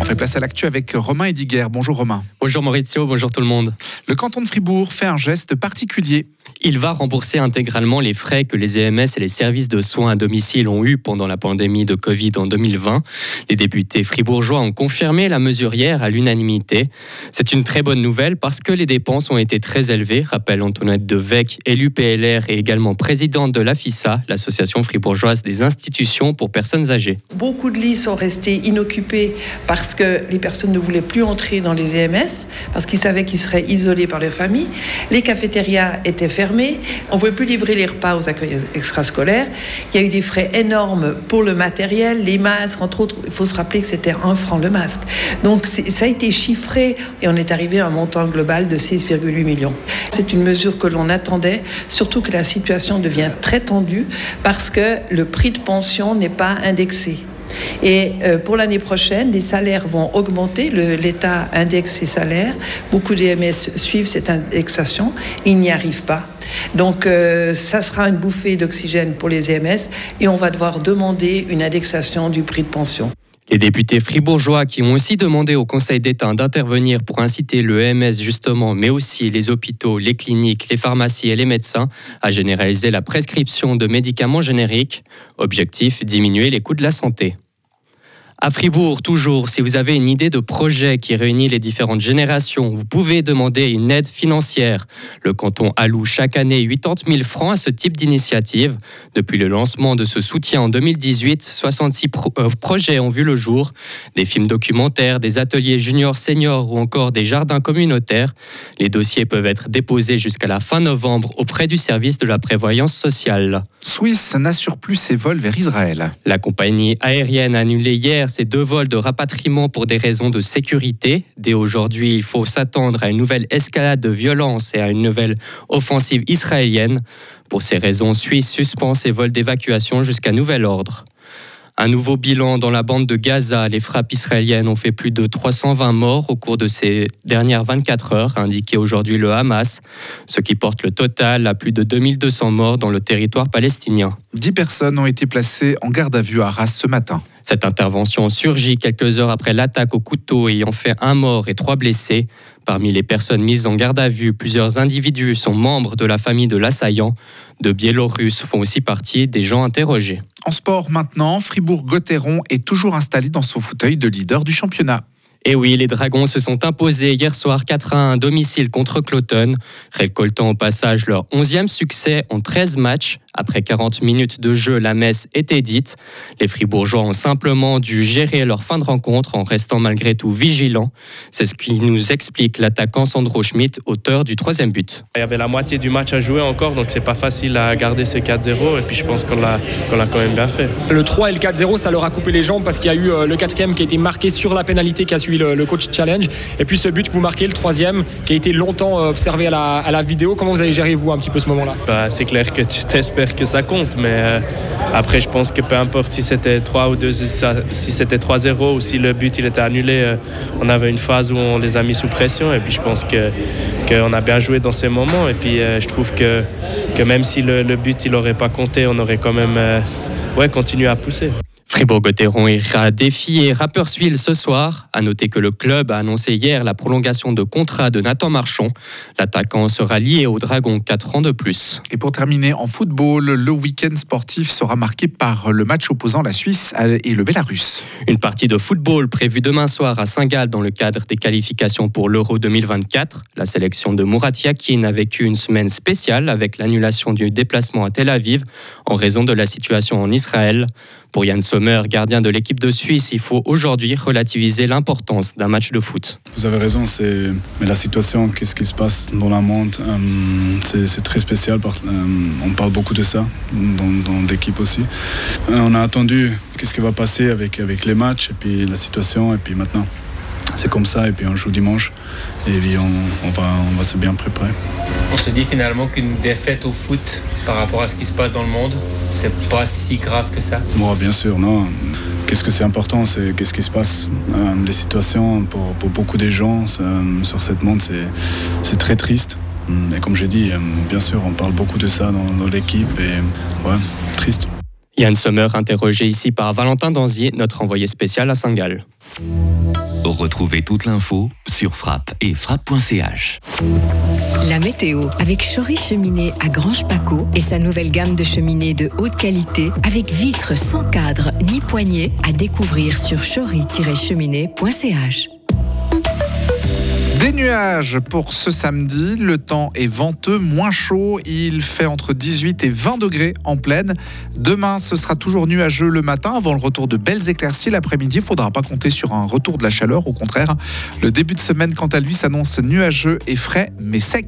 fait place à l'actu avec Romain Ediger. Bonjour Romain. Bonjour Maurizio, bonjour tout le monde. Le canton de Fribourg fait un geste particulier. Il va rembourser intégralement les frais que les EMS et les services de soins à domicile ont eus pendant la pandémie de Covid en 2020. Les députés fribourgeois ont confirmé la mesure hier à l'unanimité. C'est une très bonne nouvelle parce que les dépenses ont été très élevées, rappelle Antoinette Devecq, élue PLR et également présidente de l'AFISA, l'association fribourgeoise des institutions pour personnes âgées. Beaucoup de lits sont restés inoccupés parce que les personnes ne voulaient plus entrer dans les EMS, parce qu'ils savaient qu'ils seraient isolés par leur famille. Les cafétérias étaient fermées. On ne pouvait plus livrer les repas aux accueils extrascolaires. Il y a eu des frais énormes pour le matériel, les masques, entre autres. Il faut se rappeler que c'était 1 franc le masque. Donc ça a été chiffré et on est arrivé à un montant global de 6,8 millions. C'est une mesure que l'on attendait, surtout que la situation devient très tendue parce que le prix de pension n'est pas indexé. Et pour l'année prochaine, les salaires vont augmenter. L'État indexe ses salaires. Beaucoup d'EMS suivent cette indexation. Ils n'y arrivent pas. Donc ça sera une bouffée d'oxygène pour les EMS et on va devoir demander une indexation du prix de pension. Les députés fribourgeois qui ont aussi demandé au Conseil d'État d'intervenir pour inciter le EMS justement, mais aussi les hôpitaux, les cliniques, les pharmacies et les médecins à généraliser la prescription de médicaments génériques. Objectif, diminuer les coûts de la santé. À Fribourg, toujours, si vous avez une idée de projet qui réunit les différentes générations, vous pouvez demander une aide financière. Le canton alloue chaque année 80 000 francs à ce type d'initiative. Depuis le lancement de ce soutien en 2018, 66 projets ont vu le jour. Des films documentaires, des ateliers juniors-seniors ou encore des jardins communautaires. Les dossiers peuvent être déposés jusqu'à la fin novembre auprès du service de la prévoyance sociale. Swiss n'assure plus ses vols vers Israël. La compagnie aérienne a annulé hier ces 2 vols de rapatriement pour des raisons de sécurité. Dès aujourd'hui, il faut s'attendre à une nouvelle escalade de violence et à une nouvelle offensive israélienne. Pour ces raisons, Suisse suspend ses vols d'évacuation jusqu'à nouvel ordre. Un nouveau bilan dans la bande de Gaza. Les frappes israéliennes ont fait plus de 320 morts au cours de ces dernières 24 heures, a indiqué aujourd'hui le Hamas, ce qui porte le total à plus de 2200 morts dans le territoire palestinien. 10 personnes ont été placées en garde à vue à Arras ce matin. Cette intervention surgit quelques heures après l'attaque au couteau ayant fait 1 mort et 3 blessés. Parmi les personnes mises en garde à vue, plusieurs individus sont membres de la famille de l'assaillant. De Biélorusses font aussi partie des gens interrogés. En sport maintenant, Fribourg-Gotteron est toujours installé dans son fauteuil de leader du championnat. Et oui, les Dragons se sont imposés hier soir 4-1 à domicile contre Cloton, récoltant au passage leur 11e succès en 13 matchs. Après 40 minutes de jeu, la messe était dite. Les Fribourgeois ont simplement dû gérer leur fin de rencontre en restant malgré tout vigilants. C'est ce qui nous explique l'attaquant Sandro Schmidt, auteur du 3e but. Il y avait la moitié du match à jouer encore, donc c'est pas facile à garder ce 4-0 et puis je pense qu'on l'a quand même bien fait. Le 3 et le 4-0, ça leur a coupé les jambes parce qu'il y a eu le 4e qui a été marqué sur la pénalité qui a suivi le coach challenge et puis ce but que vous marquez, le 3e, qui a été longtemps observé à la vidéo. Comment vous avez géré vous un petit peu ce moment-là ? C'est clair que tu t'espères que ça compte, mais après je pense que peu importe si c'était 3 ou 2, si c'était 3-0 ou si le but il était annulé, on avait une phase où on les a mis sous pression et puis je pense qu'on a bien joué dans ces moments et puis je trouve que même si le but il n'aurait pas compté, on aurait quand même continué à pousser. Fribourg-Gotteron ira défier Rapperswil ce soir. À noter que le club a annoncé hier la prolongation de contrat de Nathan Marchand. L'attaquant sera lié aux Dragons 4 ans de plus. Et pour terminer en football, le week-end sportif sera marqué par le match opposant la Suisse et le Bélarus. Une partie de football prévue demain soir à Saint-Gall dans le cadre des qualifications pour l'Euro 2024. La sélection de Murat Yakin a vécu une semaine spéciale avec l'annulation du déplacement à Tel Aviv en raison de la situation en Israël. Pour Yann Sommer, gardien de l'équipe de Suisse, il faut aujourd'hui relativiser l'importance d'un match de foot. Vous avez raison, mais la situation, qu'est-ce qui se passe dans le monde, c'est très spécial. On parle beaucoup de ça dans l'équipe aussi. On a attendu qu'est-ce qui va passer avec les matchs et puis la situation et puis maintenant. C'est comme ça et puis on joue dimanche et puis on va se bien préparer. On se dit finalement qu'une défaite au foot par rapport à ce qui se passe dans le monde, c'est pas si grave que ça. Moi, bien sûr, non. Qu'est-ce que c'est important, c'est qu'est-ce qui se passe. Les situations pour beaucoup de gens sur cette monde, c'est très triste. Et comme j'ai dit, bien sûr, on parle beaucoup de ça dans l'équipe et triste. Yann Sommer, interrogé ici par Valentin Danzier, notre envoyé spécial à Saint-Gall. Retrouvez toute l'info sur Frappe et frappe.ch. La météo avec Chory Cheminée à Grange-Paco et sa nouvelle gamme de cheminées de haute qualité avec vitres sans cadre ni poignée à découvrir sur chory-cheminée.ch. Des nuages pour ce samedi, le temps est venteux, moins chaud, il fait entre 18 et 20 degrés en plaine. Demain, ce sera toujours nuageux le matin avant le retour de belles éclaircies. L'après-midi, il ne faudra pas compter sur un retour de la chaleur, au contraire. Le début de semaine, quant à lui, s'annonce nuageux et frais, mais sec.